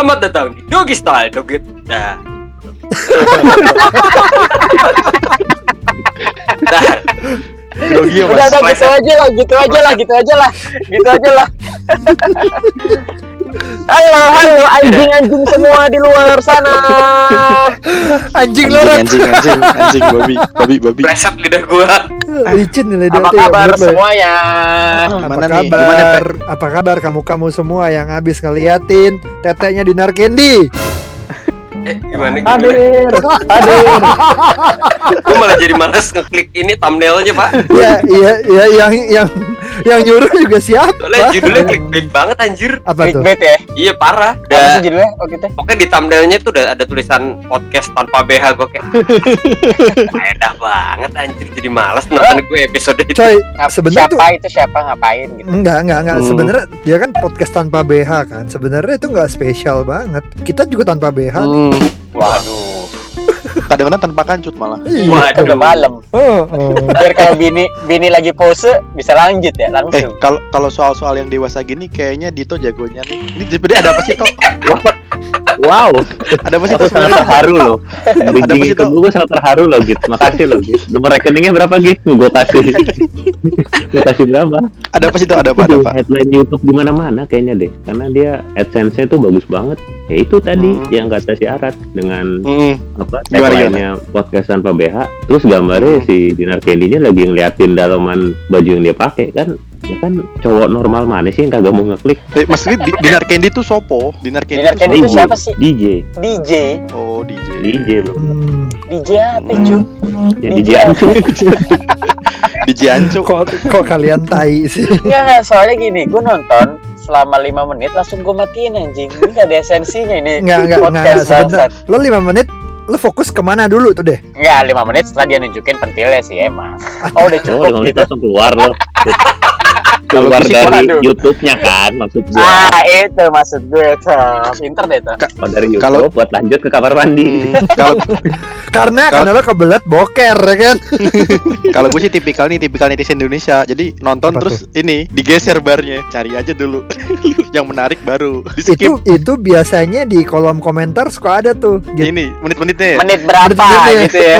Selamat datang di Doggy Style Doggy. Nah. Udah gitu aja lah. Halo anjing semua di luar sana. Anjing babi. Preset lidah gua. Licin nih lidah. Apa kabar semuanya? Apa kabar kamu semua yang habis ngeliatin tetenya Dinar Candy? Gimana? Hadir. Gue malah jadi malas ngeklik ini thumbnailnya, Pak. Iya, yang nyuruh juga siapa? Soalnya judulnya clickbait banget anjir. Apa tuh? Clickbait ya? Iya parah. Apa sih judulnya? Oh gitu. Pokoknya di thumbnailnya tuh udah ada tulisan podcast tanpa BH. Gue kayak edah banget anjir, jadi malas nonton gue episode itu. Coy, sebenarnya siapa ngapain gitu. Enggak. Sebenarnya dia kan podcast tanpa BH kan. Sebenarnya itu enggak spesial banget. Kita juga tanpa BH. Waduh. Kadang-kadang tanpa kancut malah. Waduh, udah malam. Biar kalau bini lagi pose bisa lanjut ya langsung. Kalau soal-soal yang dewasa gini kayaknya Dito jagonya nih. Ini sebenarnya ada apa sih Tok? Wow, ada apa sih Tok? Sangat terharu loh. Bridging itu gue sangat terharu loh gitu. Makasih loh gitu. Nomor rekeningnya berapa gitu? Gue kasih berapa? Ada apa sih Tok? Ada apa? Headline YouTube di mana-mana kayaknya deh. Karena dia AdSense-nya tuh bagus banget. Ya itu tadi yang kata si Arat dengan tagline-nya podcast tanpa BH. Terus gambarnya si Dinar Candy-nya lagi ngeliatin dalaman baju yang dia pakai kan. Ya kan cowok normal mana sih yang kagak mau ngeklik. Maksudnya Dinar Candy tuh sopo? Dinar Candy itu siapa sih? DJ. Oh DJ. DJ loh. DJ apa cuy? Ya DJ Ancu. DJ Ancu. Kok kalian tai sih? Enggak, soalnya gini, gue nonton selama 5 menit langsung gue matiin anjing. Ini gak ada esensinya ini. Enggak sebentar. Lo 5 menit lo fokus kemana dulu tuh deh? Enggak, 5 menit setelah dia nunjukin pentilnya sih emang. Oh udah cukup gitu. gitu. Langsung keluar lo. Keluar dari YouTube-nya kan maksud gue. Itu maksud gue. Pinter deh tuh. Dari YouTube buat lanjut ke kamar mandi. Karena lo kebelet boker ya kan. Kalau gue sih tipikal netizen Indonesia. Jadi nonton apa terus tuh? Ini digeser barnya. Cari aja dulu yang menarik baru di-skip. Itu biasanya di kolom komentar suka ada tuh gitu. Ini menit-menitnya. Menit berapa gitu ya.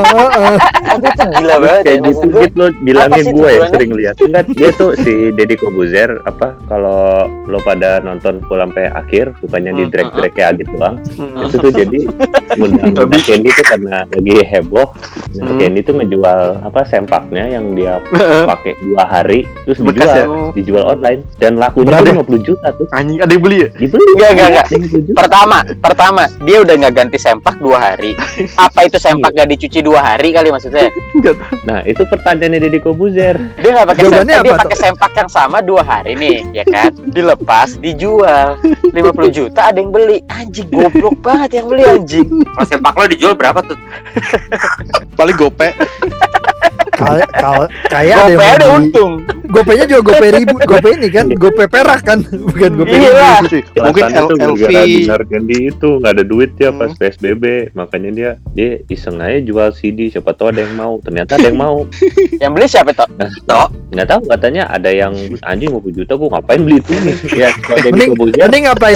Itu gila banget ya. Gitu lo bilangin gue ya sering lihat. Enggak, dia tuh si Deddy Kobuzer kalau lo pada nonton full sampai akhir bukannya di drag kayak Adit doang. Itu tuh jadi undang Candy tuh karena lagi heboh. Candy tuh ngejual sempaknya yang dia pakai 2 hari terus dijual online dan lakunya 50 juta tuh. Anjing, ada yang beli ya? Dibeli. Enggak. Pertama dia udah enggak ganti sempak 2 hari. Apa itu sempak gak dicuci 2 hari kali maksudnya? Nah, itu pertanyaannya Deddy Kobuzer. Dia enggak pakai sempak, dia pakai sempak yang sama 2 hari nih, ya kan? Dilepas, dijual 50 juta ada yang beli. Anjing, goblok banget yang beli anjing. Kalau sempak lo dijual berapa tuh? Paling gope. Kayak ada yang ada untung. Gopenya juga gope ribu, gope ini kan, gope perak kan, bukan gope ribu. Mungkin LV. Dinar Candy itu nggak ada duit ya pas PSBB, makanya dia iseng aja jual CD, siapa tahu ada yang mau. Ternyata ada yang mau. Yang beli siapa toh? Nggak tahu, katanya ada yang anjing 50 juta, gua ngapain beli itu nih? Ya, mending ngapain?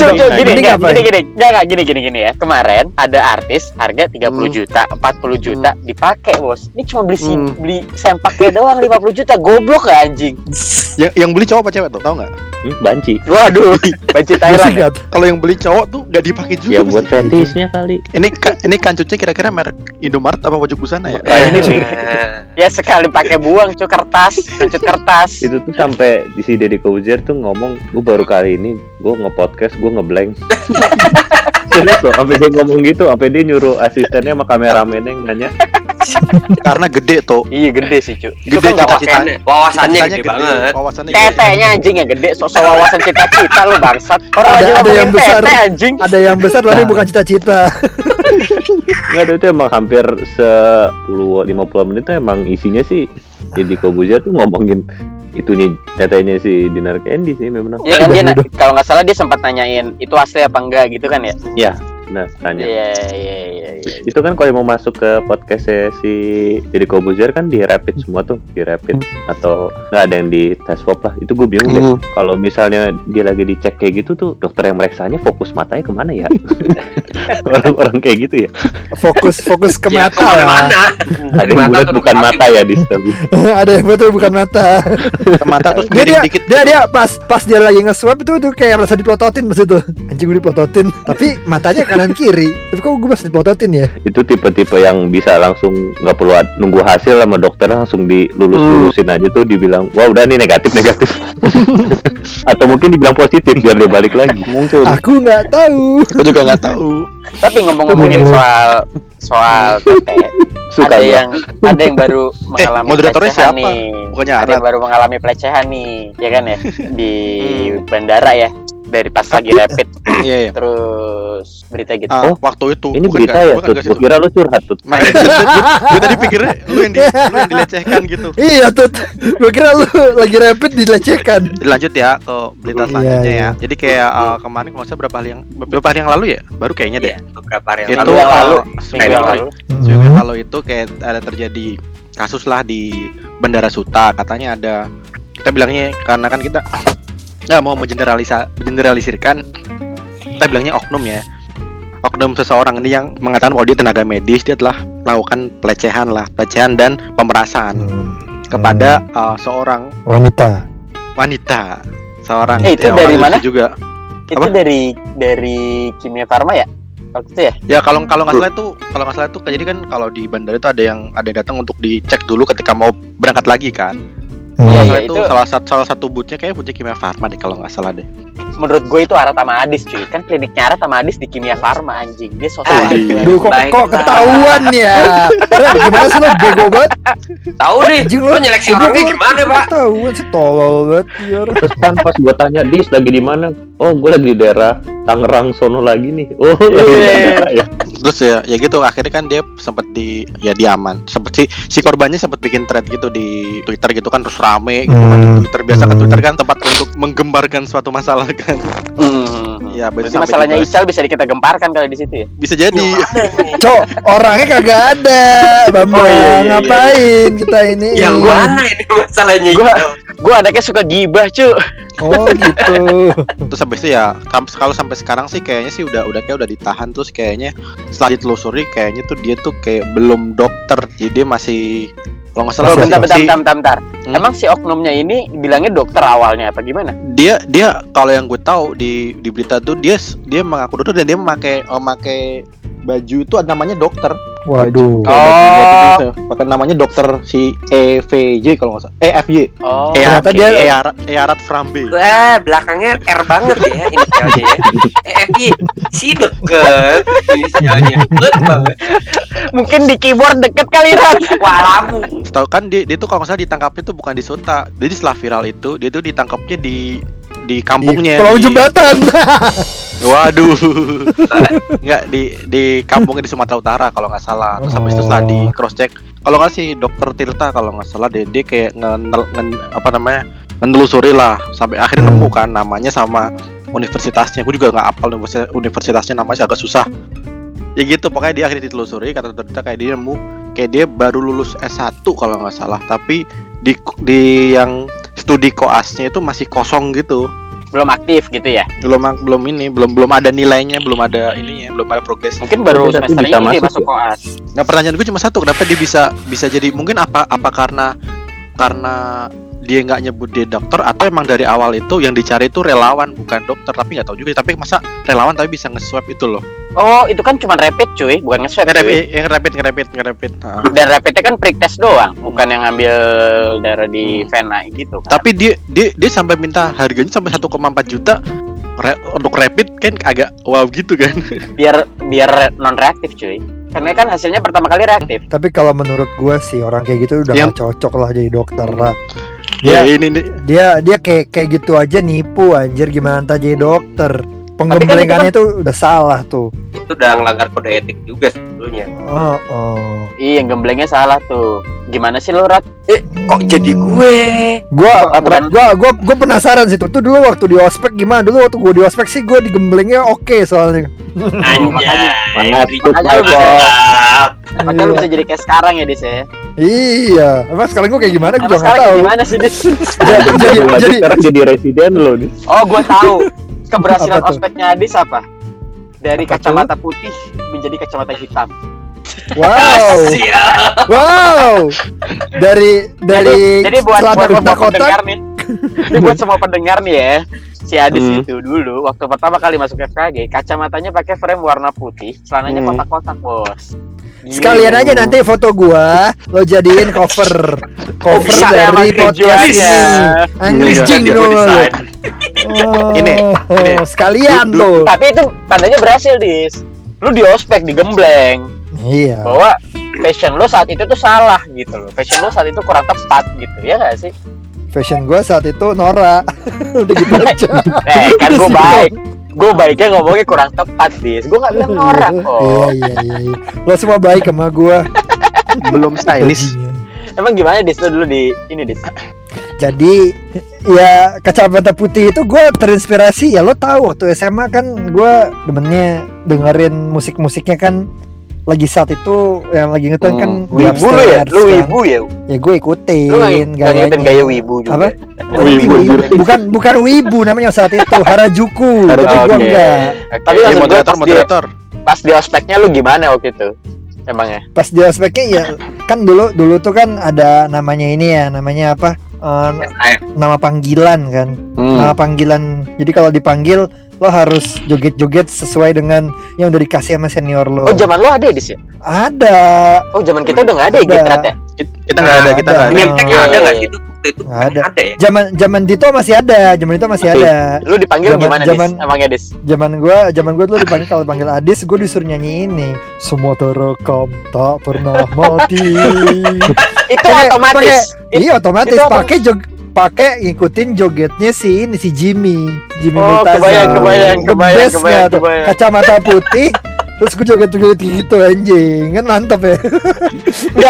Gini ya. Kemarin ada artis harga 30 juta, 40 juta dipakai, Bos. Ini cuma beli sempaknya doang 50 juta, goblok gak anjing? Yang beli cowok apa cewek tuh, tahu nggak? Banci. Waduh, banci Thailand. Ya? Kalau yang beli cowok tuh nggak dipakai juga. Ya buat fetishnya kali. Ini kancunya kira-kira merek Indomaret apa Pojok Busana ya? Ini nih. Ya sekali pakai buang kancut kertas. Itu tuh sampai di si Deddy Kobuzer tuh ngomong, gue baru kali ini gue nge-podcast, gue nge-blank. Serius loh, sampai dia ngomong gitu, sampai dia nyuruh asistennya sama kameramennya yang nanya. Karena gede tuh. Iya gede sih cu. Gede cita-citanya. Wawasannya gede banget. Tetenya anjing yang gede. Sok wawasan cita-cita lu bangsat. Ada yang besar. Anjing. Ada yang besar tapi bukan cita-cita. Enggak, itu emang hampir 10-15 menit tuh emang isinya sih Deddy Kobuzer tuh ngomongin itu nih tetenya si Dinar Candy sih memang. Iya kan dia kalau nggak salah dia sempat nanyain itu asli apa enggak gitu kan ya? Iya. Nah, tanya. Iya. Itu kan kalau mau masuk ke podcastnya si Deddy Kobuzer kan di rapid semua tuh, di rapid atau nggak ada yang di tes swab lah. Itu gue bingung deh. Kalau misalnya dia lagi dicek kayak gitu tuh, dokter yang meriksanya fokus matanya kemana ya? Orang-orang kayak gitu ya. Fokus ke Ya, mata ya. kemana-mana. Ada yang bulat bukan mata ya di sini. Ada yang betul bukan mata. Ke mata terus Dia miring dikit. dia pas dia lagi nge-swab itu tuh kayak merasa diplototin pas itu. Anjing gue diplototin, tapi matanya kanan kiri. Tapi kok gue masih diplototin ya? Itu tipe-tipe yang bisa langsung nggak perlu nunggu hasil sama dokter, langsung dilulus-lulusin aja tuh, dibilang wah udah nih negatif atau mungkin dibilang positif biar dia balik lagi. Mungkin. Aku nggak tahu. Aku juga nggak tahu. Tapi ngomongin soal Tete, Suka ada yang baru mengalami moderatornya pelecehan siapa? nih. Bukannya Ada yang Arat. baru mengalami pelecehan nih, ya kan ya, di bandara ya, dari pas lagi rapid. Iya. Terus berita gitu. Waktu itu. Ini bukan berita nggak- ya, bukan Tut. nggak sih, Gue kira lu curhat, Tut. Gue tadi pikirnya lu yang dilecehkan gitu. Iya tuh, gue kira lu lagi rapid dilecehkan. Lanjut ya ke berita Iya, selanjutnya iya. ya. Jadi kayak kemarin kalau saya berapa hari yang lalu ya? Baru kayaknya deh. Iya, beberapa hari Itu yang Minggu yang lalu. seminggu yang lalu. Seminggu yang lalu itu kayak ada terjadi kasus lah di Bandara Suta. Katanya ada, kita bilangnya karena kan kita nggak mau mengeneralisirkan, kita bilangnya oknum ya. Oknum seseorang ini yang mengatakan bahwa dia tenaga medis, dia telah melakukan pelecehan dan pemerasan kepada seorang Wanita. wanita, seorang Itu dari mana? juga. Itu Apa? dari Kimia Farma ya? Waktu itu ya? Ya kalau nggak salah itu jadi kan kalau di bandara itu ada yang datang untuk dicek dulu ketika mau berangkat lagi kan. Iya, Kalau iya, itu itu- salah satu bootnya kayak bootnya Kimia Farma deh kalau nggak salah deh. Menurut gue itu Arat sama Adis cuy. Kan kliniknya Arat sama Adis di Kimia Farma anjing. Dia sosok iya. Duh, kok ketahuan ya? Gimana sih lo bego banget? tahu nih, Anjing lu nyeleksi orangnya gimana, Pak? Ketahuan sih tolol banget ya. Terus kan pas gue tanya, Dis lagi di mana? Oh, gue lagi di daerah Tangerang sono lagi nih. Oh, lagi di daerah ya. Terus ya gitu akhirnya kan dia sempat diaman. Sempat si korbannya sempat bikin thread gitu di Twitter gitu kan, terus rame gitu kan di Twitter. Biasa kan Twitter kan tempat untuk menggembarkan suatu masalah kan. Ya, Berarti sampai masalahnya dibahas. Ical bisa kita gemparkan kalau di situ ya. Bisa jadi. Cok, orangnya kagak ada. Bambang, ngapain kita ini? Yang mana ini masalahnya? Gue anaknya suka gibah cuy. Oh gitu. Terus habis itu ya kalau sampai sekarang sih kayaknya sih udah ditahan, terus kayaknya setelah ditelusuri kayaknya tuh dia tuh kayak belum dokter, jadi dia masih kalau nggak salah Bentar. Emang si oknumnya ini bilangnya dokter awalnya apa gimana? dia kalau yang gue tahu di berita tuh dia mengaku dokter dan dia memakai baju itu namanya dokter. Waduh. Pakai namanya dokter si EVJ kalau nggak salah. EFJ. Oh. Ternyata dia- Earat Frambe. Wah, belakangnya R banget ya inisialnya ya. EFJ si deket inisialnya. Deket banget. Mungkin di keyboard deket kali Ran. Wah, lamu. Tahu kan dia tuh kalau nggak salah ditangkapnya tuh bukan di Suta. Jadi setelah viral itu dia tuh ditangkapnya di kampungnya. Kolong jembatan. Waduh. Enggak di kampungnya di Sumatera Utara kalau nggak salah. Terus habis itu setelah di cross check, kalau nggak sih Dokter Tirta kalau nggak salah dia kayak menelusuri lah sampai akhirnya nemu kan namanya sama universitasnya. Gue juga nggak hafal universitasnya, namanya agak susah. Ya gitu, pokoknya dia akhirnya ditelusuri, kata Dokter Tirta kayak dia nemu kayak dia baru lulus S1 kalau nggak salah, tapi di yang studi koasnya itu masih kosong gitu. Belum aktif gitu ya. belum ada nilainya, belum ada ininya, belum ada progres. Mungkin baru Tapi semester bisa ini dia masuk masuk ya? koas. Nah, pertanyaan gue cuma satu, kenapa dia bisa jadi, mungkin apa karena dia nggak nyebut dia dokter, atau emang dari awal itu yang dicari itu relawan bukan dokter, tapi nggak tahu juga. Tapi masa relawan tapi bisa nge-swab itu loh. Oh, itu kan cuma rapid cuy, bukan nge-swab cuy. Yang rapid. Dan rapidnya kan prick test doang, bukan yang ngambil darah di vena gitu kan. Tapi dia sampai minta harganya sampai 1,4 juta untuk rapid, kan agak wow gitu kan. biar non reaktif cuy. Karena kan hasilnya pertama kali reaktif. Tapi kalau menurut gua sih orang kayak gitu udah Yang- gak cocok lah jadi dokter lah. Ya Dia ini nih. dia kayak gitu aja nipu anjir, gimana entah jadi dokter. Penggemblengannya itu udah salah tuh. Itu udah ngelanggar kode etik juga sebetulnya. dulunya. Iya, yang gemblengnya salah tuh. Gimana sih lo, Rat? Kok jadi gue? Gua penasaran sih tuh dulu waktu di ospek gimana. Dulu waktu gua di ospek sih gua digemblengnya oke soalnya. Anjay. Makanya lu bisa jadi kayak sekarang ya, Dis ya. Iya, emang sekarang gua kayak gimana gua juga nggak tahu. Gimana sih, Dis? jadi sekarang jadi residen lo nih. Oh, gua tahu. Keberhasilan Apa tuh? ospeknya Adis apa? Dari Apa kacamata putih menjadi kacamata hitam. Wow. Dari Jadi buat selatan semua Dakota. pendengar nih. Ini buat semua pendengar nih ya. Si Adis itu dulu waktu pertama kali masuk FKG, kacamatanya pakai frame warna putih, celananya kotak-kotak, Bos. Sekalian aja nanti foto gua lo jadiin cover Bisa dari emang podcast ini. Anjing lo. Ini. Sekalian tuh. Tapi itu tandanya berhasil, Dis. Lu di ospek digembleng. Iya. Bahwa fashion lo saat itu tuh salah gitu loh. Fashion lo saat itu kurang tepat gitu, ya nggak sih? Fashion gua saat itu Nora. Udah gitu aja. Kan gue baik. Gue baiknya ngomongnya kurang tepat, Dis. Gue nggak bilang norak kok. Iya. Lo semua baik sama gua. Belum stylish. Emang gimana, Dis? Lo dulu di ini, Dis? Jadi ya kacamata putih itu gue terinspirasi ya, lo tahu waktu SMA kan gue demennya dengerin musik-musiknya kan lagi saat itu yang lagi ngetren kan Wibu lu ya? Lu wibu ya? ya gue ikutin Lu nggak ngikutin gaya wibu juga? apa Wibu. bukan wibu namanya saat itu Harajuku. Tapi gue Oke. enggak. Tapi Iya, maksud gua moderator. pas di ospeknya lu gimana waktu itu? Emangnya? Pas di ospeknya ya kan dulu tuh kan ada namanya ini ya, namanya apa, nama panggilan kan. Nama panggilan, jadi kalau dipanggil lo harus joget-joget sesuai dengan yang udah dikasih sama senior lo. Oh, zaman lu ada, Dis ya? Ada. Oh, zaman kita udah nggak ada ya Ada. Gitrat ya? Kita nggak ada. Ini Oh, ada nggak iya. sih itu? Itu Nggak ada. Ada ya? Zaman Dito masih ada. Lu dipanggil gimana, Dis? Zaman- Emangnya, Dis? Zaman gua dulu dipanggil, kalau panggil Adis gue disuruh nyanyi ini. Semua terekam tak pernah mati. Itu Pakai- otomatis. Iya otomatis itu apa? pakai ngikutin jogetnya si Jimmy Oh, Multaza. kebayang. The best nggak tuh? Kacamata putih terus gue joget gitu anjing, kan mantap ya. Enggak,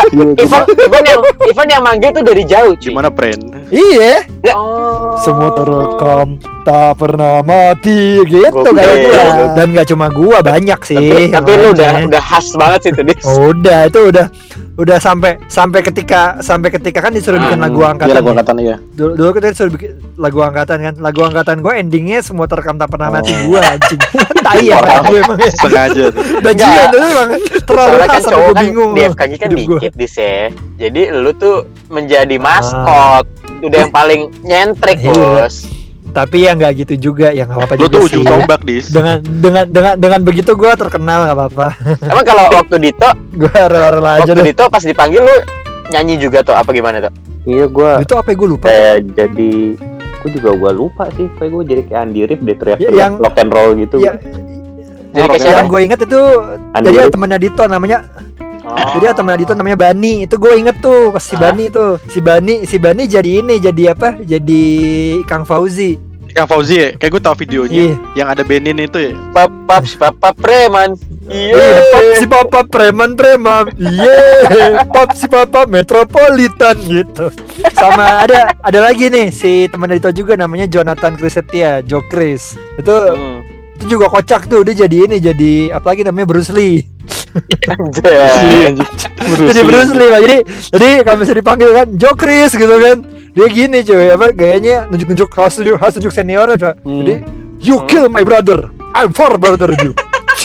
Ivan yang manggil tuh dari jauh, cuy. Gimana, friend? Iya, Oh. semua terekam tak pernah mati gitu Gokil. kayak gua. Dan nggak cuma gua, banyak sih. Tapi yang lu lainnya. udah khas banget sih tuh, Dis. Udah itu udah sampai ketika kan disuruh bikin lagu angkatan. Iya, lagu ya. angkatan iya. Dulu kita disuruh bikin lagu angkatan kan. Lagu angkatan gue endingnya semua terekam tak pernah mati gua anjing. Tai ya gue emang. Sengaja. Bajingan dulu emang terlalu Soalnya kan khas, cowok gue kan bingung. di FKG kan hidup gua. dikit, Dis ya. Jadi lu tuh menjadi maskot. Udah yang paling nyentrik, Iya. Bos. Tapi ya nggak gitu juga, yang nggak apa-apa Lu juga tuh sih. ujung tombak, Dis. Dengan begitu gue terkenal, nggak apa-apa. Emang kalau waktu Dito, Gue rela-rela aja waktu deh. Dito pas dipanggil lu nyanyi juga tuh apa gimana tuh? Iya gua Itu apa ya, gue lupa. jadi gua lupa sih, kayak gua jadi kayak Andi Rif deh teriak Yang- rock and roll gitu. Ya, Jadi kayak siapa? yang gue inget itu Andi jadi Rif. temennya Dito namanya. Oh. Jadi temennya Dito namanya Bani. Itu gue inget tuh pas si Bani tuh. Si Bani jadi apa? Jadi Kang Fauzi. Yang Fauzi ya, kayak gue tau videonya. Iya. Yang ada Benin itu ya. Papa preman. Iya, pop si papa preman. Iya, pop si papa metropolitan gitu. Sama ada lagi nih si teman Dito juga namanya Jonathan Krisetia, Jo Chris. Itu juga kocak tuh, dia jadi apa lagi namanya Bruce Lee. Jadi Bruce Lee lah. Jadi kalau misalnya dipanggil kan Jo Chris gitu kan. Dia gini cuy, apa gayanya nunjuk-nunjuk harus tunjuk senior aja. Jadi you kill my brother, I'm for brother you.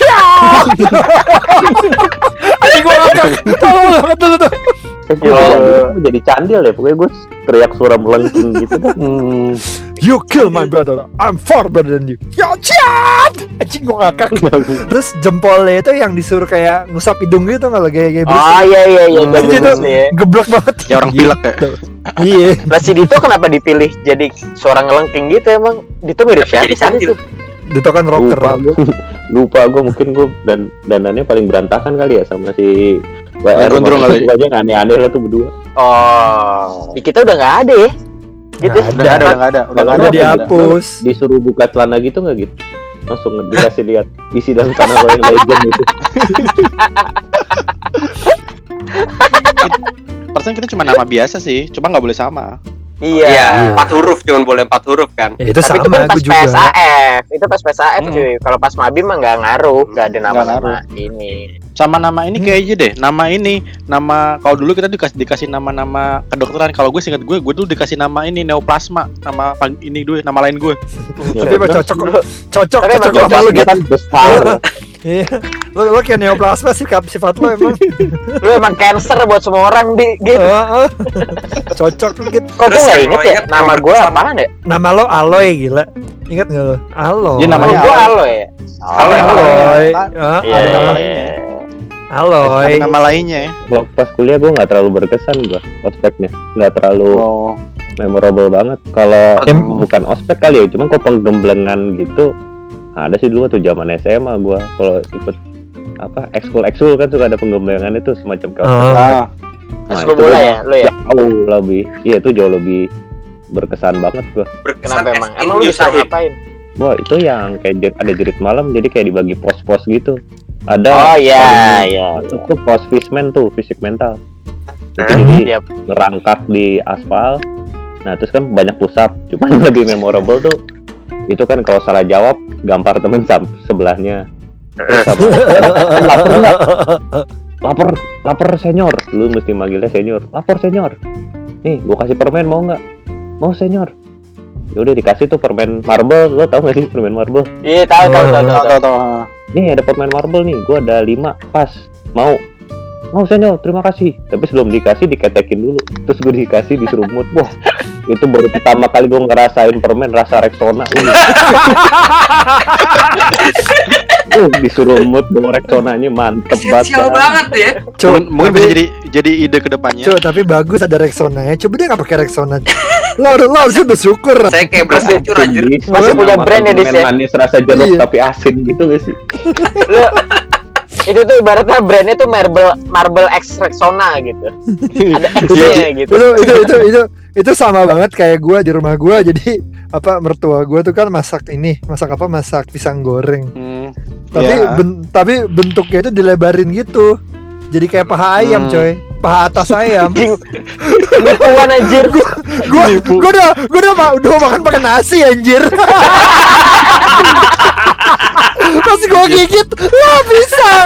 Ayo gua ngakak. Tahu tuh. Gua jadi candil ya, pokoknya gue teriak suara melengking gitu kan. You kill my brother, I'm far better than you. Yo ciat. Anjing gua ngakak. Terus jempolnya itu yang disuruh kayak ngusap hidung gitu nggak kayak Bruce Oh Lee. iya. Jadi itu Bruce Lee ya. geblek banget. Ya orang pilek ya. Iya. Lah si Dito kenapa dipilih jadi seorang ngelengking gitu emang? Dito mirip siapa? Jadi sandil. Dito kan rocker. Lupa gue mungkin gue dandannya paling berantakan kali ya sama si WR. Gondrong kali. Aja aneh-aneh lah tuh berdua. Oh, di kita udah nggak ada ya? Gitu. Udah nggak ada. Udah dihapus. Disuruh buka celana gitu nggak gitu? Langsung dikasih lihat isi dalam celana Royal Legend gitu. Persen kita cuma nama biasa sih, cuma nggak boleh sama. Iya. 4 huruf, cuman boleh 4 huruf kan. Ya, itu Tapi itu sama kan pas gue juga. PSAF. Itu pas PSAF cuy. Kalau pas Mabim mah nggak ngaruh, nggak ada Nggak nama-nama ini. Sama nama ini kayak aja deh. Nama ini, nama kalau dulu kita dikasih nama-nama kedokteran. Kalau gue seingat gue dulu dikasih nama ini neoplasma, nama ini gue, nama lain gue. Tapi emang cocok Tapi emang sama cocok lu Dia gitu. kan besar. Iya. Lo kayak neoplasma sifat lo emang. Lu emang cancer buat semua orang gitu. Heeh. Cocok gitu. Kok gue Terus nggak yang inget gua ya? inget Nama gue apaan ya? Nama lo Aloy gila. Ingat nggak lo? Aloy. Iya, namanya Gue Aloy. Aloy ya. Aloy. Ah, Iya. Aloy. Aloy. Nama lainnya ya. Waktu pas kuliah gue nggak terlalu berkesan gue ospeknya, nggak terlalu Oh. memorable banget. Kalau Em- bukan ospek kali ya, cuman kok penggemblengan gitu ada sih dulu tuh zaman SMA gue. Kalau ikut apa ekskul kan suka ada penggemblengan itu semacam kayak ospek. Ah, Ekskul bola ya, lu ya? Jauh lebih, iya itu jauh lebih berkesan banget gue. Berkesan Kenapa emang? es Emang lu bisa nyusahin. ngapain? Wah itu yang kayak ada jerit malam, jadi kayak dibagi pos-pos gitu. Ada Oh iya, iya. itu pos fishman tuh, fisik mental. Itu Hah? jadi Yap. ngerangkak di aspal. Nah terus kan banyak push up. Cuman yang lebih memorable tuh itu kan kalau salah jawab gampar temen sebelahnya. Terus apa? Lapar nggak? Lapar senior. Lu mesti manggilnya senior. Lapar senior. Nih gua kasih permen mau nggak? Mau senior. Yaudah dikasih tuh permen marble. Lo tau gak sih permen marble? Iya, tahu. tahu. Nih ada permen marble nih, gua ada 5 pas. Mau senior, terima kasih. Tapi sebelum dikasih diketekin dulu. Terus gue dikasih diserumut. Wah, itu baru pertama kali gue ngerasain permen rasa Rexona. Diserumut gue Rexonanya mantep Esensial banget ya. Mungkin bisa jadi ide kedepannya. Coba tapi bagus ada Rexona ya. Coba dia nggak pakai Rexona. Lo harusnya bersyukur. Saya kayak berasa hancur anjir. Masih punya brand ya, Dis, ya? manis rasa jeruk Iya. tapi asin gitu gak sih? Lu itu tuh ibaratnya brandnya tuh Marble X Rexona gitu. Ada X-nya gitu. Itu sama banget kayak gue di rumah gue. Jadi apa mertua gue tuh kan masak pisang goreng. Tapi Ya. tapi bentuknya itu dilebarin gitu. Jadi kayak paha ayam coy. Paha atas ayam. Penipuan anjir. Gue udah makan pakai nasi anjir. Pas gue gigit lah pisang.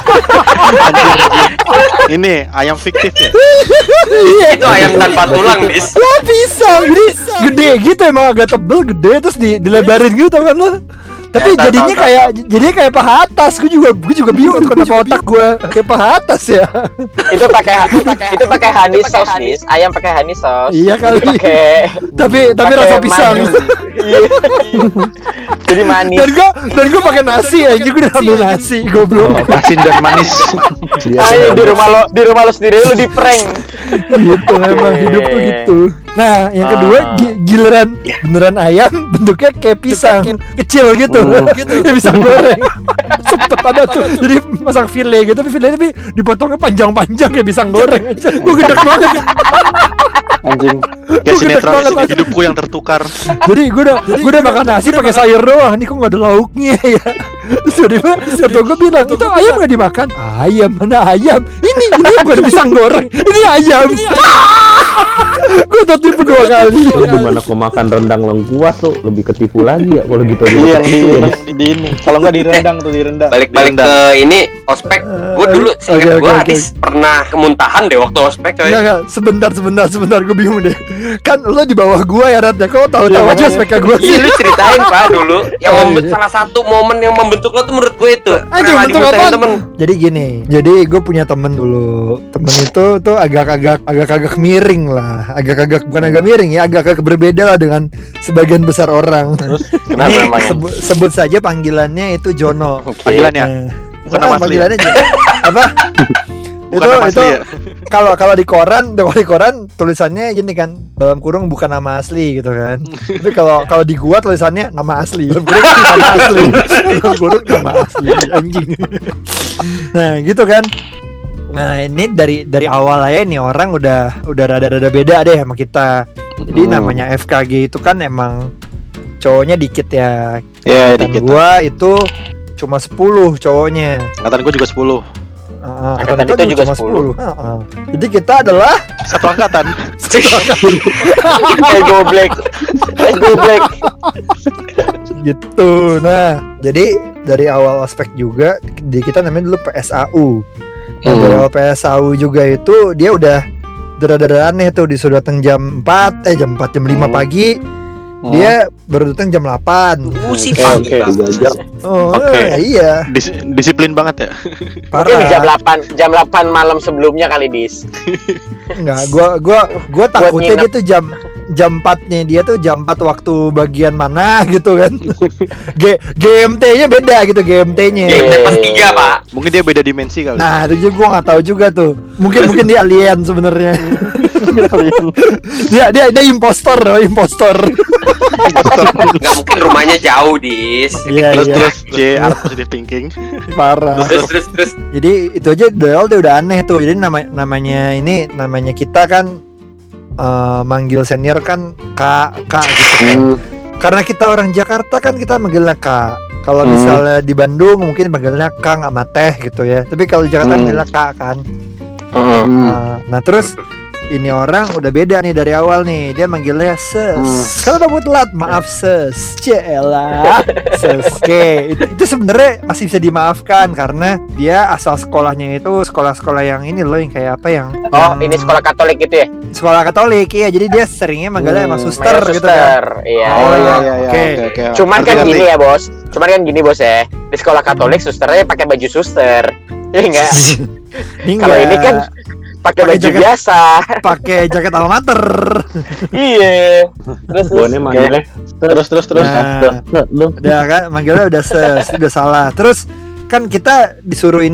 Ini ayam fiktif ya. Iya. Itu ayam tanpa tulang, Dis. Lah pisang. Jadi gede gitu emang agak tebel gede terus dilebarin gitu tau kan lo. Tapi Tahu, jadinya tahu. kayak paha atas. Gue juga bingung kenapa otak gue kayak paha atas ya. Itu pakai honey sauce, Dis. Ayam pakai honey sauce. Iya kali. Pakai Tapi pakai rasa pisang. manis. Iya. Jadi manis. Dan gue pakai nasi aja, gue udah ambil nasi, goblok. Asin dan manis. Ayo di rumah lo sendiri lu di prank. Gitu memang hidup tuh gitu. Nah, yang kedua giliran beneran ayam bentuknya kayak pisang kecil gitu, kayak pisang goreng. Sempet ada tuh, jadi masak file gitu, tapi dipotongnya panjang-panjang kayak pisang goreng. Gue gede banget. Anjing. Kayak Gua gede sinetron banget. hidupku yang tertukar. Jadi gue udah makan nasi pakai sayur doang. Ini kok nggak ada lauknya ya? Terus tiba-tiba mertua gue bilang, itu ayam nggak dimakan? Ayam mana ayam? Ini bukan pisang goreng. Ini ayam. Gue tertipu 2 kali. Lu gimana kau makan rendang lengkuas tuh lebih ketipu lagi ya kalau gitu. Iya, di ini. Kalau nggak direndang tuh direndang. Balik-balik ke ini ospek. Gue dulu seingat Oke, gue oke. Adis pernah kemuntahan deh waktu ospek coy. Enggak, sebentar gue bingung deh. Kan lo di bawah gue ya Rat ya. Kau tahu-tahu aja speknya gue sih. Iya lu ceritain Pak dulu yang Oh, iya. salah satu momen yang membentuk lo tuh menurut gue itu. Anjing, Rela bentuk dimuntahin apaan? temen. Jadi gini, jadi gue punya temen dulu. Temen itu tuh agak-agak miring lah. Bukan agak miring ya, agak-agak berbeda lah dengan sebagian besar orang. Kenapa Ini emangnya? sebut saja panggilannya itu Jono. Panggilannya. Nah, Bukan nama asli. panggilannya apa? Bukan nama itu asli ya. kalau di koran tulisannya gini kan, dalam kurung bukan nama asli gitu kan. Tapi kalau di gua tulisannya nama asli. Dalam kurung nama asli. Dalam kurung nama asli anjing. Nah, gitu kan. Nah, ini dari awal aja nih orang udah rada-rada beda deh sama kita. Jadi namanya FKG itu kan emang cowoknya dikit ya. Iya, Dan dikit. gua itu cuma 10 cowoknya. Angkatan gue juga 10. Angkatan itu juga 10. Jadi kita adalah Satu angkatan. Goblek. gitu. Nah, jadi dari awal ospek juga di kita namanya dulu PSAU. Nah, dari awal PSAU juga itu dia udah dada-dada aneh tuh, disuruh datang jam 5 pagi. Dia baru datang jam 8. Sih pagi. Oh, Oke. iya. Disiplin banget ya. Mungkin Parah. jam 8 malam sebelumnya kali, Dis. Enggak, gua takutnya dia tuh jam 4-nya dia tuh jam 4 waktu bagian mana gitu kan. GMT-nya beda gitu, GMT-nya. Pas 3, Pak. Mungkin dia beda dimensi kali. Nah, itu juga gua nggak tahu juga tuh. Mungkin dia alien sebenarnya. dia impostor. Enggak mungkin rumahnya jauh, Dis. Iya, Terus C art positive thinking. parah. Terus. Jadi itu aja dari awal udah aneh tuh. Jadi namanya kita kan manggil senior kan kak gitu kan. Karena kita orang Jakarta kan kita manggilnya kak. Kalau misalnya di Bandung mungkin manggilnya kang sama teh gitu ya. Tapi kalau di Jakarta manggilnya kak kan. Nah terus ini orang udah beda nih dari awal nih. Dia manggilnya ses. Kalau udah telat, maaf ses. Celah. Ses. Oke, itu sebenarnya masih bisa dimaafkan karena dia asal sekolahnya itu sekolah-sekolah yang ini loh, yang kayak apa yang Ini sekolah Katolik gitu ya? sekolah Katolik ya. Jadi dia seringnya manggilnya emang suster Manggil gitu kan. suster, iya. Oke. Cuman kan gini ya, Bos. Ya. Di sekolah Katolik susternya pakai baju suster. Iya enggak? Kalau ini kan pakai baju jaket biasa. Pakai jaket alma mater. Iya. Gue nih manggilnya Terus. Nah, udah kan manggilnya udah udah salah. Terus kan kita disuruh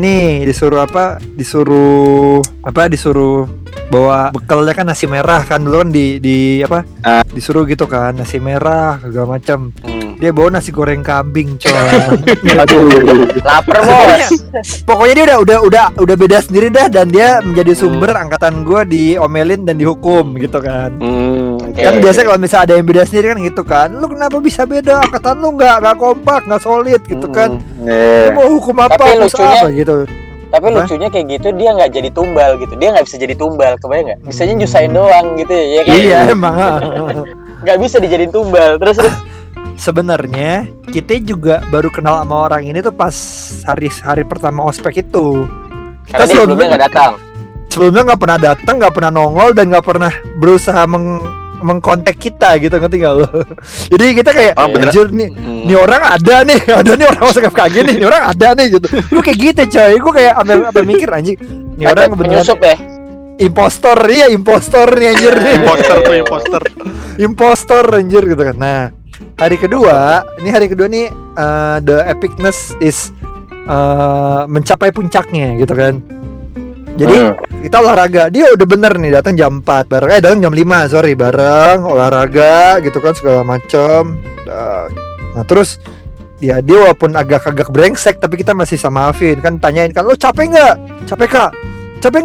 bawa bekalnya kan nasi merah kan dulu kan disuruh gitu kan, nasi merah segala macam. Dia bawa nasi goreng kambing, coy. Lapar, Bos. Pokoknya dia udah beda sendiri dah, dan dia menjadi sumber angkatan gua diomelin dan dihukum gitu kan. Kan biasa kalau misalnya ada yang beda sendiri kan gitu kan, lu kenapa bisa beda, angkatan lu nggak kompak, nggak solid gitu kan. Lu mau hukum apa, Tapi apa gitu. Tapi lucunya kayak gitu dia nggak jadi tumbal gitu. Dia nggak bisa jadi tumbal, kebayang nggak? Bisanya nyusahin doang gitu ya kan? Iya emang. Nggak bisa dijadiin tumbal. Terus Sebenarnya kita juga baru kenal sama orang ini tuh pas hari pertama ospek itu. karena dia sebelumnya nggak datang. Sebelumnya nggak pernah datang, nggak pernah nongol, dan nggak pernah berusaha mengkontak kita gitu, ngerti nggak lo? Jadi kita kayak anjir nih orang ada nih orang masuk FKG nih orang ada nih gitu. Lu kayak gitu coy, gue kayak apa mikir anjing nih orang beneran penyusup ya. impostor nih anjir nih. Impostor anjir gitu kan. Nah hari kedua nih the epicness is mencapai puncaknya gitu kan. Jadi kita olahraga, dia udah bener nih datang jam 4 bareng, datang jam 5 bareng olahraga gitu kan segala macam. Nah terus dia walaupun agak brengsek tapi kita masih sama maafin kan, tanyain kan lo capek nggak? Capek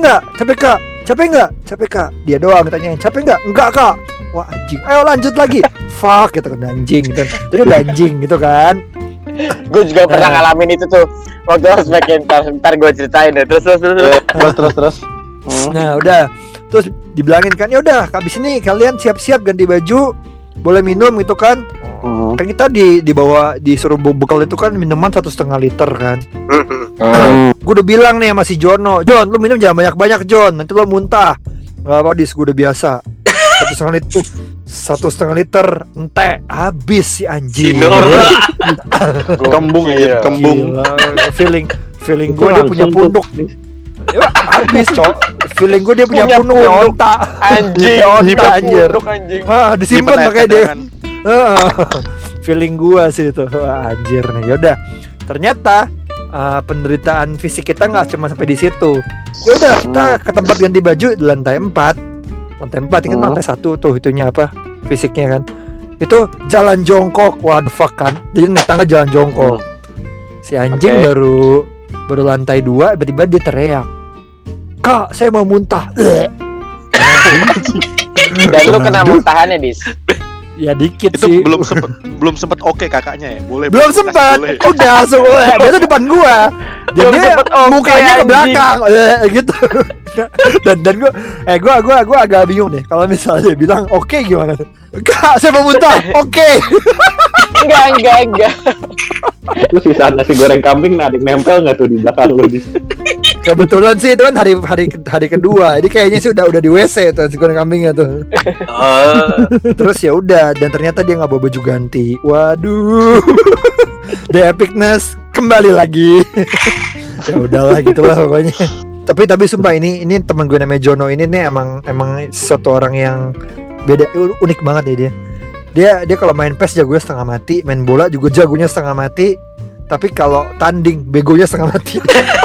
kak? Dia doang tanyain capek nggak? Enggak kak. Wah anjing, ayo lanjut lagi. Fuck gitu kan, anjing gitu. Jadi udah anjing gitu kan. Gue juga pernah ngalamin itu tuh waktu ospek, ntar gue ceritain deh. Terus. Nah udah, terus dibilangin kan ya udah habis ini kalian siap-siap ganti baju, boleh minum gitu kan. Kan kita disuruh bekal itu kan minuman 1,5 liter kan. Gue udah bilang nih sama si Jono, Jon lu minum jangan banyak-banyak Jon, nanti lu muntah. Gak apa dis, gue udah biasa. 1,5 liter ente habis si anjing. Kembung. Gila, feeling gue dia punya punduk. Ya, habis cok. Feeling gue dia punya punduk ya onta. Anjing, anjir. Disimpan pakai dia. Feeling gue sih itu. Anjir nih. Yaudah. Ternyata penderitaan fisik kita nggak cuma sampai di situ. Yaudah kita ke tempat ganti baju di lantai 4. Lantai 4 kan lantai 1 tuh itunya apa fisiknya kan. Itu jalan jongkok, waduh fuck kan. Jadi naik tangga jalan jongkok. Si anjing baru lantai 2 tiba-tiba dia teriak, "Kak, saya mau muntah." Dan lu kena muntahannya, Dis. Ya dikit Itu sih. belum sempet oke kakaknya ya. Boleh. Belum kasih sempat. boleh. Udah semua. Dia tuh depan gua. Belum Jadi sempet oke, mukanya ke anjing. belakang gitu. Dan gua agak bingung deh kalau misalnya dia bilang oke gimana? Kak, saya mau muntah. Oke. Enggak. Itu sisa nasi goreng kambing narik nempel nggak tuh di belakang lu di. Kebetulan sih itu kan hari kedua. Jadi kayaknya sih udah di WC tuh si goreng kambingnya tuh. Terus ya udah, dan ternyata dia nggak bawa baju ganti. Waduh. The epicness kembali lagi. Ya udahlah gitulah pokoknya. Tapi sumpah ini teman gue namanya Jono ini nih emang suatu orang yang beda, unik banget ya dia kalau main PES jagonya setengah mati, main bola juga jagonya setengah mati, tapi kalau tanding begonya setengah mati.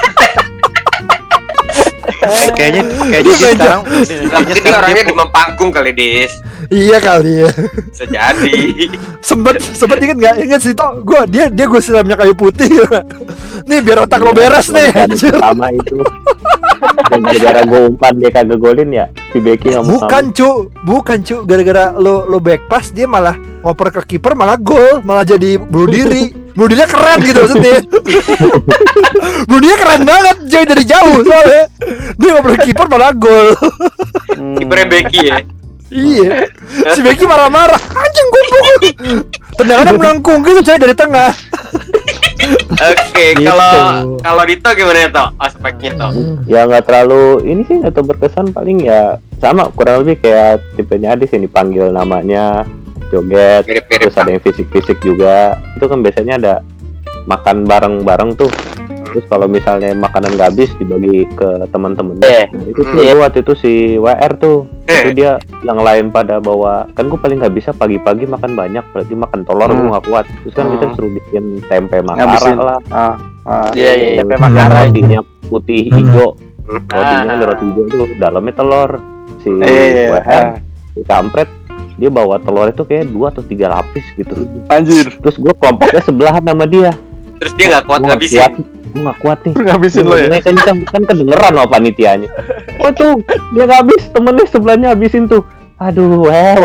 Kayaknya dia sekarang Mungkin dia orangnya demam panggung kali, Dis. Iya kali ya. Bisa jadi. Sempet inget sih toh dia gue siramnya kayu putih. Nih biar otak lo beres nih. Anjir. Sama itu. Dan gara-gara gue umpan dia kagak golin ya, si Becky nggak mau. Bukan cu, gara-gara lo back pass dia malah ngoper ke kiper, malah gol, malah jadi bunuh dirinya keren gitu maksudnya. Bunuh dirinya keren banget, jadi dari jauh soalnya dia ngoper ke kiper malah gol. Kipernya Becky ya. Iya, si Becky marah-marah, anjing goblok. Tendangannya melengkung gitu coy dari tengah. Oke, Gitu. kalau Dito gimana Toh aspeknya Toh? Ya nggak terlalu ini sih, atau berkesan, paling ya sama kurang lebih kayak tipenya Adis yang dipanggil namanya joget, Mirip-mirip, terus ada yang fisik juga. Itu kan biasanya ada makan bareng-bareng tuh. Terus kalau misalnya makanan nggak habis dibagi ke teman-temannya. Nah, itu tuh waktu itu si WR tuh, itu dia yang lain pada bawa, kan gue paling nggak bisa pagi-pagi makan banyak, berarti makan telur gue nggak kuat. Terus kan kita suruh bikin tempe makara lah. Iya, tempe Makara makara. rotinya putih hijau, rotinya ada roti hijau tuh, dalamnya telur. Si WR, si kampret, dia bawa telur itu kayak 2 atau 3 lapis gitu. anjir. Terus gue kelompoknya sebelahan sama dia. Terus dia nggak kuat Gua ngabisin. gue gak kuat nih. Ngabisin lo ya. Kan kedengeran sama panitianya. Oh tuh dia gak habis, temennya sebelahnya habisin tuh. Aduh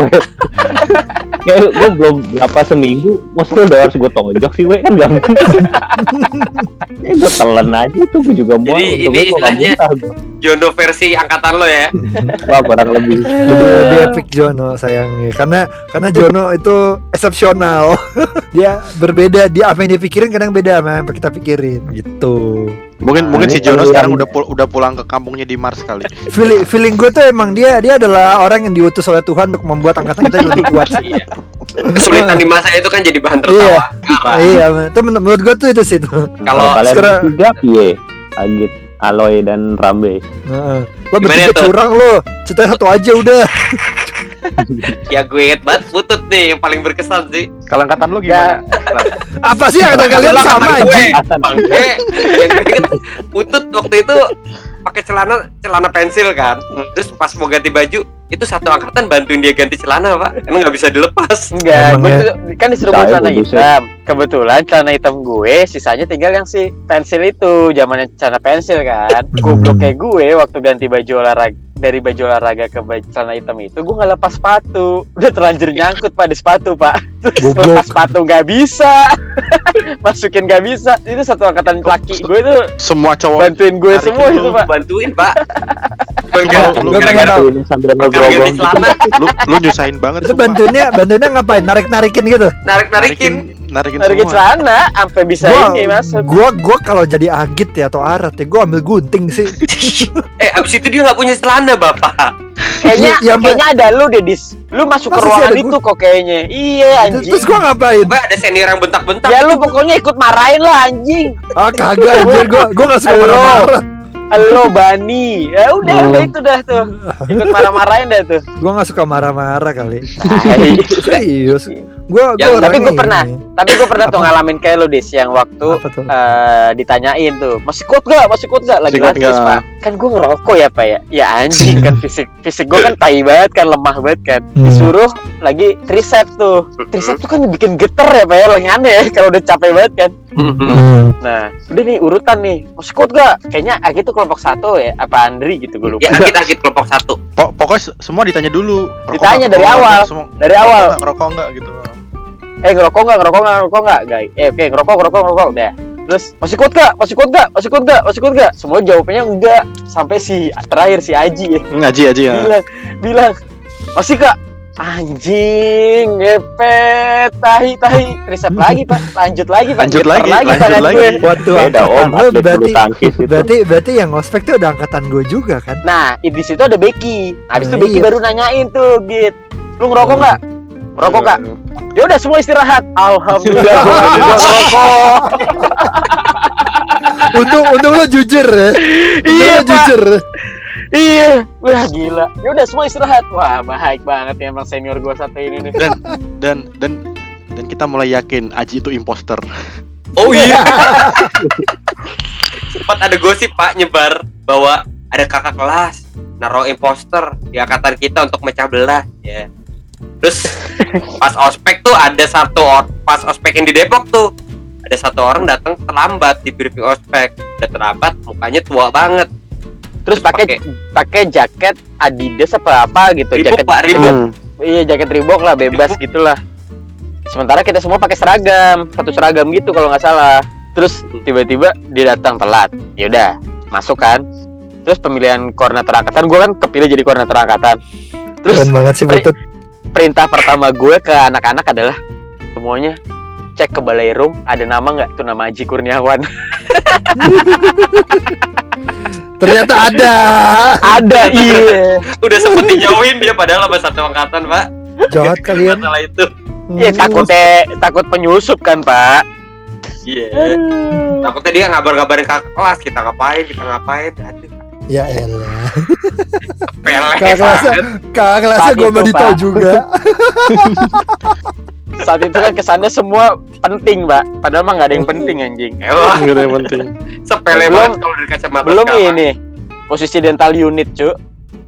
kayak gue belum berapa seminggu, maksudnya udah harus gue tonjok sih kan gak mungkin. Gue telan aja tuh, gue juga mau. Jadi ini istilahnya Jono versi angkatan lo ya. Wah kurang lebih. Dia epic Jono sayangnya, karena Jono itu eksepsional. Dia berbeda, dia apa yang dia pikirin kadang beda sama apa kita pikirin gitu. Mungkin si ini Jono kalau sekarang yang- udah pulang ke kampungnya di Mars kali. Feeling gue tuh emang dia adalah orang yang diutus oleh Tuhan untuk membuat angkatan kita lebih kuat. Iya. Kesulitan di masa itu kan jadi bahan Iya, tertawa. iya, itu menurut gue tuh itu sih tuh. Kalau kalian sekarang- bertiga piye? Agit, Aloy dan Rambe. Nah, lo Gimana bertiga tuh? curang lo, cerita satu aja udah. ya gue banget putut nih yang paling berkesan sih. Kalau angkatan lo gimana? Apa sih yang kalian sama gue, aja? Bang gue, yang gue inget putut waktu itu pakai celana pensil kan. Terus pas mau ganti baju, itu satu angkatan bantuin dia ganti celana pak, karena nggak bisa dilepas. Enggak, Emang gue ya? tuh kan disuruh bawa Saya celana buset. hitam. Kebetulan celana hitam gue, sisanya tinggal yang si pensil itu, zamannya celana pensil kan. Goblok kayak gue waktu ganti baju olahraga, dari baju olahraga ke baju celana hitam itu, gue nggak lepas sepatu. Udah terlanjur nyangkut pak di sepatu pak. Terus Goblok. lepas sepatu nggak bisa, masukin nggak bisa. Itu satu angkatan laki gue tuh Semua cowok bantuin gue semua itu pak. Bantuin pak. Lu Gara-gara Ini sambil ganti ngegrogong gitu. celana, lu nyusahin banget. Itu sumpah. bantuinnya ngapain? Narik-narikin gitu. narik-narikin. Narikin Narikin semua. celana, sampai bisa ini masuk. Gua kalau jadi agit ya atau arat ya, gua ambil gunting sih. Abis itu dia nggak punya celana bapak. Kayaknya Ya, kayaknya ada lu Dedis. Lu masuk ke Masa sih ruangan ada itu kok kayaknya. Iya anjing. Terus gua ngapain? Pak ada senior yang bentak-bentak. Ya lu pokoknya ikut marahin lah anjing. Ah kagak anjir, gua enggak suka Halo. marah-marah. Halo Bani. Ya udah itu dah tuh. Ikut marah-marahin dah tuh. Gua enggak suka marah-marah kali. Tai. Serius. Gua Ya, tapi orangnya gua pernah. ini. Tapi gue pernah tuh ngalamin kayak lu Dis yang waktu Apa tuh? ditanyain tuh masih kuat gak lagi Masih kuat latihan nggak? pak kan gue ngerokok ya Pak ya. Ya anjing kan fisik gue kan tai banget kan, lemah banget kan. Disuruh lagi tricep tuh. Tricep tuh kan bikin geter ya Pak ya, lengannya ya kalau udah capek banget kan. Nah, udah nih urutan nih. Mau ikut gak? Kayaknya Agi tuh kelompok 1 ya, apa Andri gitu gue lupa. Ya Agi kelompok 1. Pokoknya semua ditanya dulu. Ditanya dari awal. Dari awal. Ngerokok enggak gitu. Ngerokok enggak, guys. Oke, ngerokok udah. Terus masih kuat gak? Semua jawabannya enggak. Sampai si terakhir si Aji ya. Ngaji ya. Bilang masih kak. Anjing, ngepet, tahi. Riset lagi Pak, lanjut lagi. Waktu berarti yang ngospek tuh udah angkatan gue juga kan. Nah, di situ ada Becky. Habis itu Becky baru nanyain tuh, Git. Lu ngerokok nggak? Ngerokok nggak? Ya udah semua istirahat. Alhamdulillah gua ngerokok. Untung lo jujur ya. Iya, jujur. Iya, wah gila. Ya udah semua istirahat. Wah, baik banget ya emang senior gua satu ini nih. Dan kita mulai yakin Aji itu imposter. Oh iya. Sempat ada gosip Pak nyebar bahwa ada kakak kelas naruh imposter di angkatan kita untuk mecah belah ya. Terus pas ospek tuh ada pas ospek yang di Depok tuh ada satu orang datang terlambat di briefing ospek. Udah terlambat, mukanya tua banget. Terus pakai jaket Adidas apa gitu, Reebok, jaket Reebok. Iya, jaket Reebok lah, bebas gitulah. Sementara kita semua pakai seragam, satu seragam gitu kalau nggak salah. Terus tiba-tiba dia datang telat. Ya udah, masuk kan. Terus pemilihan koordinator angkatan, gue kan kepilih jadi koordinator angkatan. Terus keren banget sih Butut. Perintah pertama gue ke anak-anak adalah semuanya cek ke balai room, ada nama nggak? Tuh nama Aji Kurniawan. Ternyata ada, iya. Udah sempet dijauhin dia padahal sama satu angkatan Pak. Jahat kalian. Masalah itu. Iya, takut penyusup kan Pak. Iya. Takutnya dia ngabarin kakak kelas kita ngapain. Aduh. Ya elah. Pelek. Kakak kelasnya gue mau ditahu juga. Saat itu kan kesannya semua penting, Pak. Padahal mah nggak ada yang penting anjing. Elah, Nggak ada yang penting. sepele banget kalau dari kacamata. Belum ini posisi dental unit, Cuk.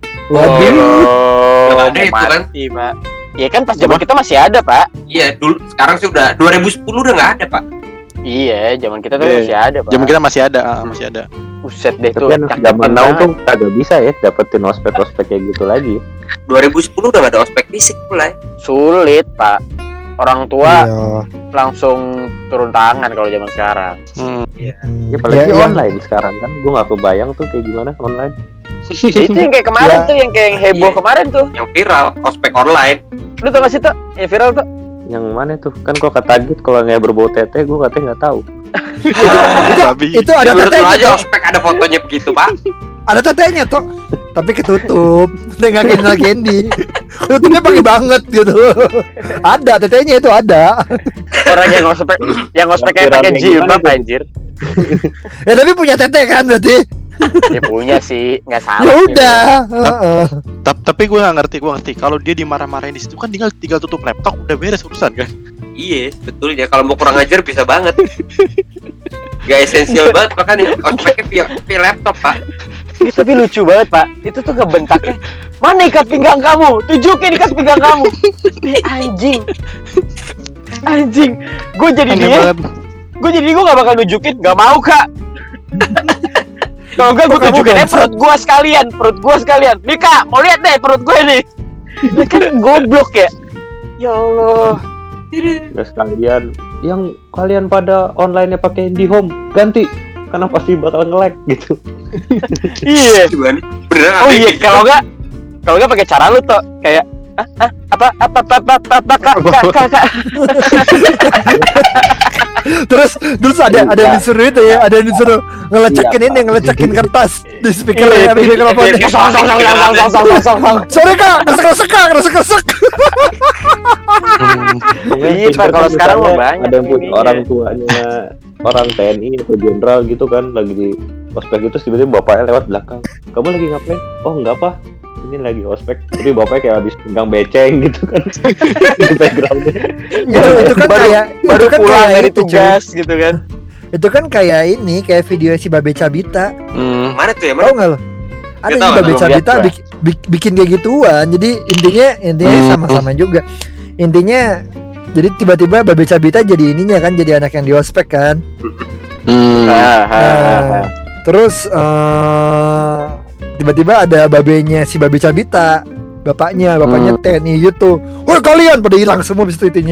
Nggak ada itu kan? Mati, Pak. Iya kan pas zaman kita masih ada, Pak. Iya, dulu sekarang sih udah 2010 udah nggak ada, Pak. Iya, zaman kita tuh masih ada, Pak. Zaman kita masih ada. Buset deh tuh. Tapi kan zaman now tuh kagak bisa ya dapetin ospek kayak gitu lagi. 2010 udah nggak ada ospek fisik mulai. Sulit, Pak. Orang tua Iya. langsung turun tangan kalau zaman sekarang. Ya apalagi online sekarang kan, gue nggak kebayang tuh kayak gimana online. Itu yang kayak kemarin tuh, yang kayak heboh kemarin tuh. Yang viral ospek online. Lu tau gak sih tuh? Yang viral tuh. Yang mana tuh? Kan kalau kata Git kalau nggak berbau tete, gue katanya nggak tahu. Itu ada Menurut lu tetenya aja toh. ospek ada fotonya begitu, Pak. Ada tetenya toh. Tapi ketutup. Dengan Candy. Tutupnya pakai banget gitu. Ada tetenya itu ada. Orang yang ngospek kayak pakai jilbab anjir. Ya tapi punya tete kan berarti. Ya punya sih, nggak salah. Ya udah. Tapi gue nggak ngerti. Kalau dia dimarah-marahin di situ kan tinggal tutup laptop udah beres urusan kan. Iya, betul ya. Kalau mau kurang ajar bisa banget. Gak esensial banget makanya ospeknya via laptop, Pak. Tapi lucu banget, Pak. Itu tuh ngebentaknya. Mana ikat pinggang kamu? Tunjukin ikat pinggang kamu. Anjing. Gue jadi gue gak bakal nunjukin. Gak mau, Kak. Kalau enggak gue tunjukin perut gue sekalian. Nih, Kak, mau lihat deh perut gue nih. Ini kan goblok ya. Ya Allah. Terus yang kalian pada online-nya pakai IndiHome ganti karena pasti bakal nge-lag gitu. Iya. Gimana? Beneran. Oh iya, kalau enggak pakai cara lu tuh kayak apa kak. Terus ada yang disuruh itu ya, ada yang disuruh ngelecekin kertas di speaker ya, di mikrofon. Sorry Kak, resek. Iya, Pak, kalau sekarang mah banyak. Ada yang punya orang tuanya orang TNI atau jenderal gitu kan lagi di ospek itu, tiba-tiba bapaknya lewat belakang. Kamu lagi ngapain? Oh enggak Pak, ini lagi ospek. Tapi bapaknya kayak habis pegang beceng gitu kan. Di backgroundnya. Itu kan baru kayak pulang dari itu, tugas gitu kan. Itu kan kayak ini, kayak video si Babe Cabita. Mana tuh ya? Tahu nggak lo? Ada Nggak si tahu, Babe belum Cabita lihat bikin kayak gituan. Jadi intinya sama-sama juga. Intinya jadi tiba-tiba Babe Cabita jadi ininya kan, jadi anak yang di ospek kan. Terus tiba-tiba ada babenya si Babe Cabita, bapaknya TNI gitu. Woi kalian pada hilang semua bis itunya.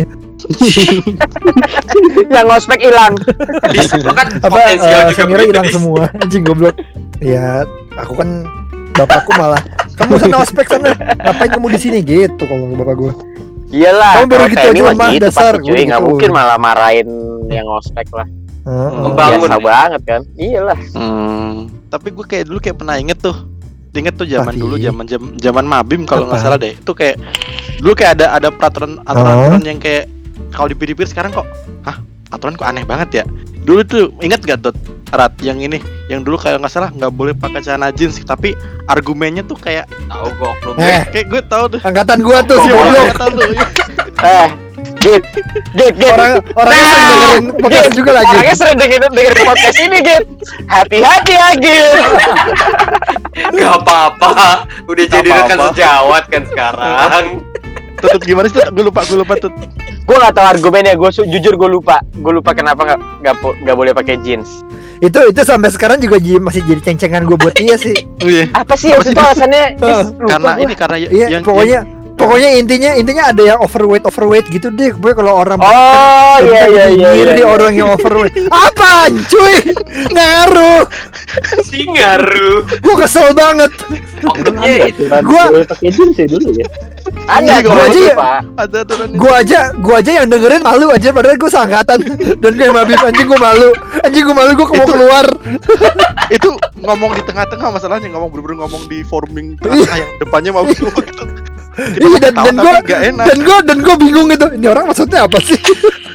Yang ngospek hilang. Kan Apa seniornya hilang semua. Anjing goblok. Ya aku kan bapakku malah kamu sana ospek sana, ngapain kamu di sini gitu kalau bapak gue. Iyalah. Kamu baru kalau gitu TNI aja, masih mah, gitu dasar, pasti, cuy. gua Nggak gitu. mungkin malah marahin yang ngospek lah. Membangun. Biasa banget kan. Iyalah. Tapi gue kayak dulu kayak pernah inget tuh zaman Pasti. dulu zaman Mabim kalau nggak Apa? salah deh. Itu kayak dulu kayak ada aturan yang kayak kalau dipikir-pikir sekarang kok aturan kok aneh banget ya. Dulu tuh inget gak tuh Rat yang ini yang dulu kayak nggak salah nggak boleh pakai celana jeans tapi argumennya tuh kayak Tahu goblok. kayak gue tahu tuh Angkatan gua tuh si Siapa goblok. yang tahu tuh. Git. Orangnya sering dengerin podcast juga lagi. Orangnya sering dengerin podcast ini, Git. Hati-hati ya, Git. Gak apa-apa. Udah jadi Gak rekan apa-apa. sejawat kan sekarang. Tutut gimana sih? Gue lupa tuh. Gue nggak tahu argumennya. Jujur gue lupa. Gue lupa kenapa nggak boleh pakai jeans. Itu sampai sekarang juga masih jadi ceng-cengan gue buat dia sih. Apa sih itu alasannya? Karena ini karena Iya, pokoknya intinya ada yang overweight gitu deh. Gue kalau orang Oh iya. dia orang yang overweight. Apaan cuy? Ngaruh. Si ngaruh. Gue kesel banget. Pokoknya Gua pakai jeans ya dulu ya. Ada Gua aja ya. Pak. ada aturannya. Gue aja yang dengerin malu aja, padahal gue seangkatan. Dan kayak Mabib anjing gue malu gue mau keluar. Itu ngomong di tengah-tengah masalahnya, bener-bener ngomong di forming tengah yang depannya mau gitu. Iya dan gue bingung itu. Ini orang maksudnya apa sih?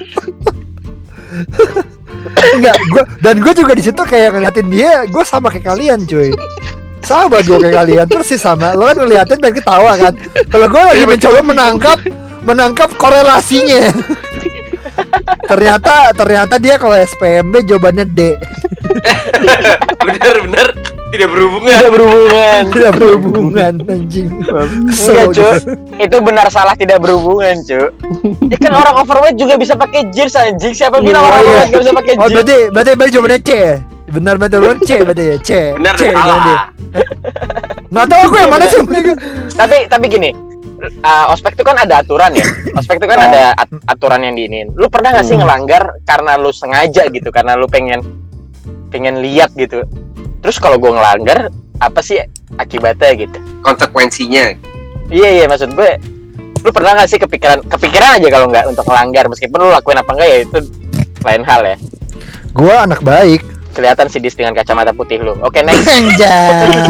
Enggak, gue juga di situ kayak ngeliatin dia, gue sama kayak kalian cuy. Sama gue kayak kalian, terus sih sama. Lo kan ngeliatin dan ketawa kan. Kalau gue lagi mencoba menangkap korelasinya. Ternyata dia kalau SPMB jawabannya D. bener tidak berhubungan. Tidak berhubungan anjing. Iya, Cuk. Itu benar salah tidak berhubungan, Cuk. Ya kan orang overweight juga bisa pakai jeans anjing. Siapa bilang orang overweight enggak bisa pakai Oh, jeans? berarti jawabannya C. Benar C berarti ya, C. Bener C salah. berarti. Nggak tahu aku yang mana sih. Tapi gini, ospek itu kan ada aturan ya. Ospek itu kan ada aturan yang diinin. Lu pernah nggak sih ngelanggar karena lu sengaja gitu, karena lu pengen lihat gitu. Terus kalau gue ngelanggar, apa sih akibatnya gitu? Konsekuensinya. Iya maksud gue, lu pernah nggak sih kepikiran aja kalau nggak untuk ngelanggar, meskipun lu lakuin apa enggak ya itu lain hal ya. Gue anak baik. Kelihatan sih dengan kacamata putih lu. Oke, next. Anjay.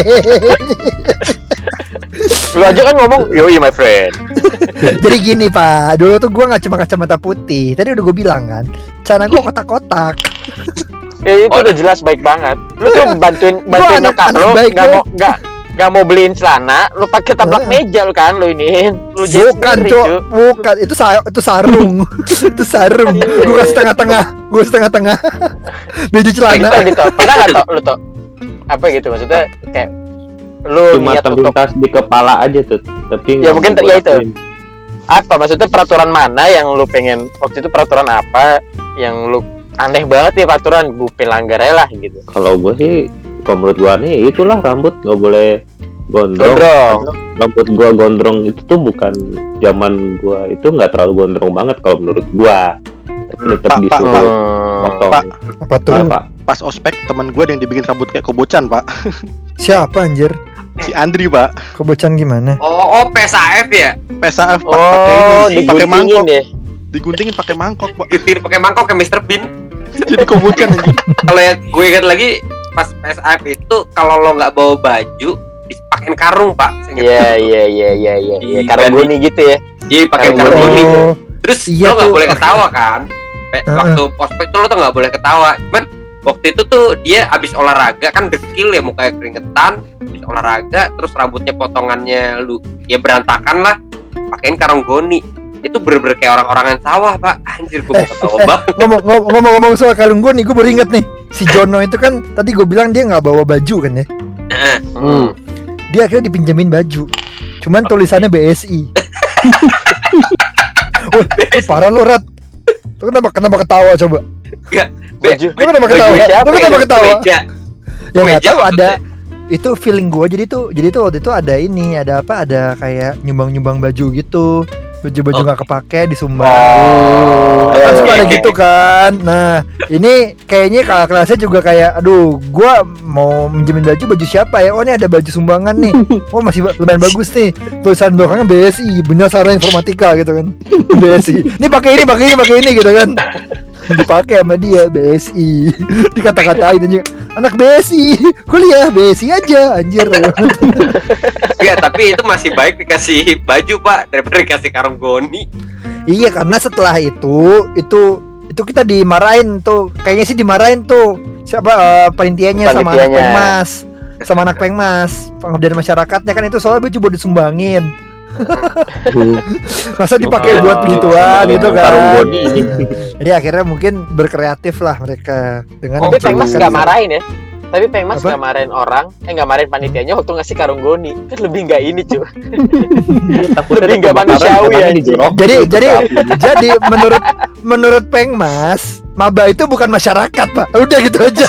Lu aja kan ngomong, yoi my friend. Jadi gini Pak, dulu tuh gue nggak cuma kacamata putih. Tadi udah gue bilang kan, celana gue kotak-kotak. Ya itu udah jelas baik banget. Lu tuh bantuin anak nyokap lu baik, nggak mau beliin celana, lu pakai tablak meja lu kan, lu ini. Lu Bukan cok, bukan itu sarung. Itu sarung. Gue setengah-tengah. Baju celana. Gitu. Pernah nggak tau lu tuh? Apa gitu maksudnya kayak lu Cuma niat untuk terlintas di kepala aja tuh. Tapi Ya, nggak mungkin mau ya itu. lakuin. apa maksudnya peraturan mana yang lu pengen waktu itu, peraturan apa yang lu aneh banget ya peraturan gue pelanggar lah gitu. Kalau gue sih, kalau menurut gue nih itulah rambut nggak boleh gondrong. Rambut gue gondrong itu tuh bukan zaman gue itu nggak terlalu gondrong banget kalau menurut gue. Tapi tetap disuruh potong. Pak. Apa tuh? Pak. Pas ospek teman gue yang dibikin rambut kayak kobocan, Pak. Siapa anjir? Si Andri, Pak. Kebocan gimana? Oh, PSAF ya? PSAF Pak, Oh, pakai mangkok. diguntingin deh. Diguntingin pakai mangkok, Pak. Ditir pakai mangkok kayak Mr. Bean. Jadi kobocan anjing. Kalau ya gue ingat lagi pas PSAF itu kalau lo nggak bawa baju dipakein karung, Pak. Iya. Karena gue nih gitu ya. Iya, pakai Karung karung goni. ini. Oh, Terus iya lo nggak tuh. boleh ketawa kan? Waktu ospek tuh lo tuh nggak boleh ketawa. Cuman waktu itu tuh dia abis olahraga kan dekil ya, mukanya keringetan, abis olahraga terus rambutnya potongannya lu ya berantakan lah, pakein karung goni. itu bener-bener kayak orang-orangan sawah, Pak. Anjir, gue mau ketawa banget. Ngomong soal kalung gue nih, gue baru inget nih. Si Jono itu kan tadi gue bilang dia nggak bawa baju kan ya. Dia akhirnya dipinjemin baju. Cuman tulisannya BSI. Wah, parah lo, Rat. Lu kenapa ketawa coba? Enggak. Baju. Lu kenapa ketawa? Lu kenapa ketawa? Meja. Ya nggak Meja tahu ada. maksudnya. Itu feeling gue jadi tuh waktu itu ada ini, ada apa? Ada kayak nyumbang baju gitu. Baju-baju nggak kepake disumbang. Kan suka ada gitu kan. Nah, ini kayaknya kakak kelasnya juga kayak, aduh, gua mau minjemin baju siapa ya? Oh, ini ada baju sumbangan nih. Oh, masih lumayan bagus nih. Tulisan belakangnya BSI, Bina Sarana Informatika gitu kan. BSI. Ini pakai ini gitu kan. Dipakai sama dia BSI. Dikata-katain aja. Anak BSI, kuliah BSI aja, anjir. Enggak, tapi itu masih baik dikasih baju, Pak, daripada dikasih karung goni. Iya, karena setelah itu kita dimarahin tuh. Kayaknya sih dimarahin tuh. Siapa panitianya sama anak Pengmas. Sama anak Pengmas, pengabdian masyarakatnya kan itu soalnya baju buat disumbangin. Masa dipakai buat begituan gitu kan. Karung goni. Jadi akhirnya mungkin berkreatif lah mereka dengan Tapi Pengmas nggak marahin ya. Tapi Pengmas Apa? nggak marahin orang, nggak marahin panitianya waktu ngasih karung goni. Kan lebih nggak ini cuy. Lebih nggak manusiawi ya. Jadi menurut Pengmas, maba itu bukan masyarakat, Pak. Udah gitu aja.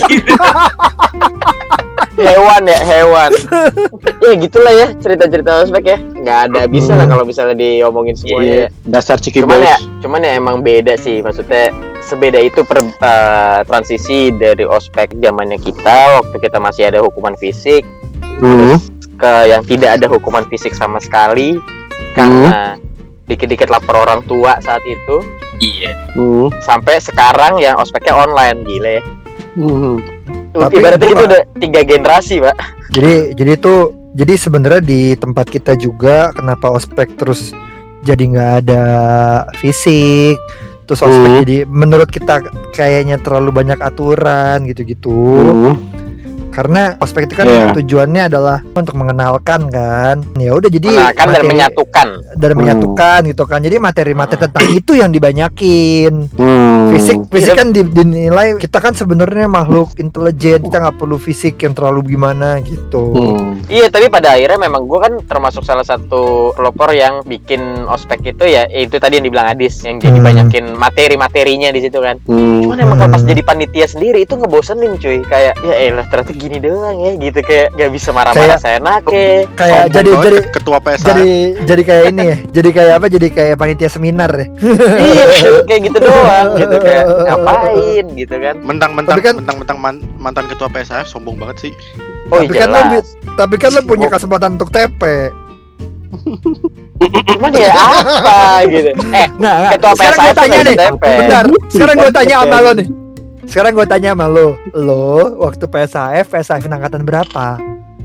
Hewan. Ya gitulah ya cerita-cerita ospek ya. Nggak ada bisa lah kalau misalnya diomongin semuanya. Dasar ciki Cuman ya emang beda sih. Maksudnya sebeda itu transisi dari ospek zamannya kita waktu kita masih ada hukuman fisik ke yang tidak ada hukuman fisik sama sekali karena dikit-dikit lapor orang tua saat itu. Iya. Sampai sekarang yang ospeknya online, gila ya. Tapi Ibaratnya itu itu udah 3 generasi, Pak. Jadi sebenarnya di tempat kita juga kenapa ospek terus jadi nggak ada fisik, terus ospek jadi menurut kita kayaknya terlalu banyak aturan gitu-gitu. Karena ospek itu kan tujuannya adalah untuk mengenalkan kan. Ya udah jadi Mengenalkan dan menyatukan gitu kan. Jadi materi-materi tentang itu yang dibanyakin. Fisik kan dinilai kita kan sebenarnya makhluk intelijen, kita nggak perlu fisik yang terlalu gimana gitu. Iya, tapi pada akhirnya memang gue kan termasuk salah satu pelopor yang bikin ospek itu ya itu tadi yang dibilang Adis, yang jadi banyakin materi-materinya di situ kan. Cuman emang kalau pas jadi panitia sendiri itu ngebosenin cuy, kayak ya elah ternyata gini doang ya gitu, kayak gak bisa marah-marah seenaknya. Kayak jadi ketua PSA. jadi kayak ini ya, jadi kayak panitia seminar ya. Iya, kayak gitu doang gitu, kayak ngapain gitu kan. Mentang-mentang mantan ketua PSA sombong banget sih. Oh Tapi kan lo punya kesempatan untuk TP. Cuman ya apa gitu. Nah, ketua sekarang PSA gue tanya nih. TP. Bentar, sekarang gue tanya sama lo nih. Sekarang gue tanya sama lo waktu PSAF angkatan berapa?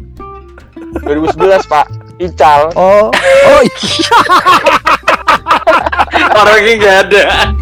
2011 Pak, Ical. Oh, Orangnya nggak ada.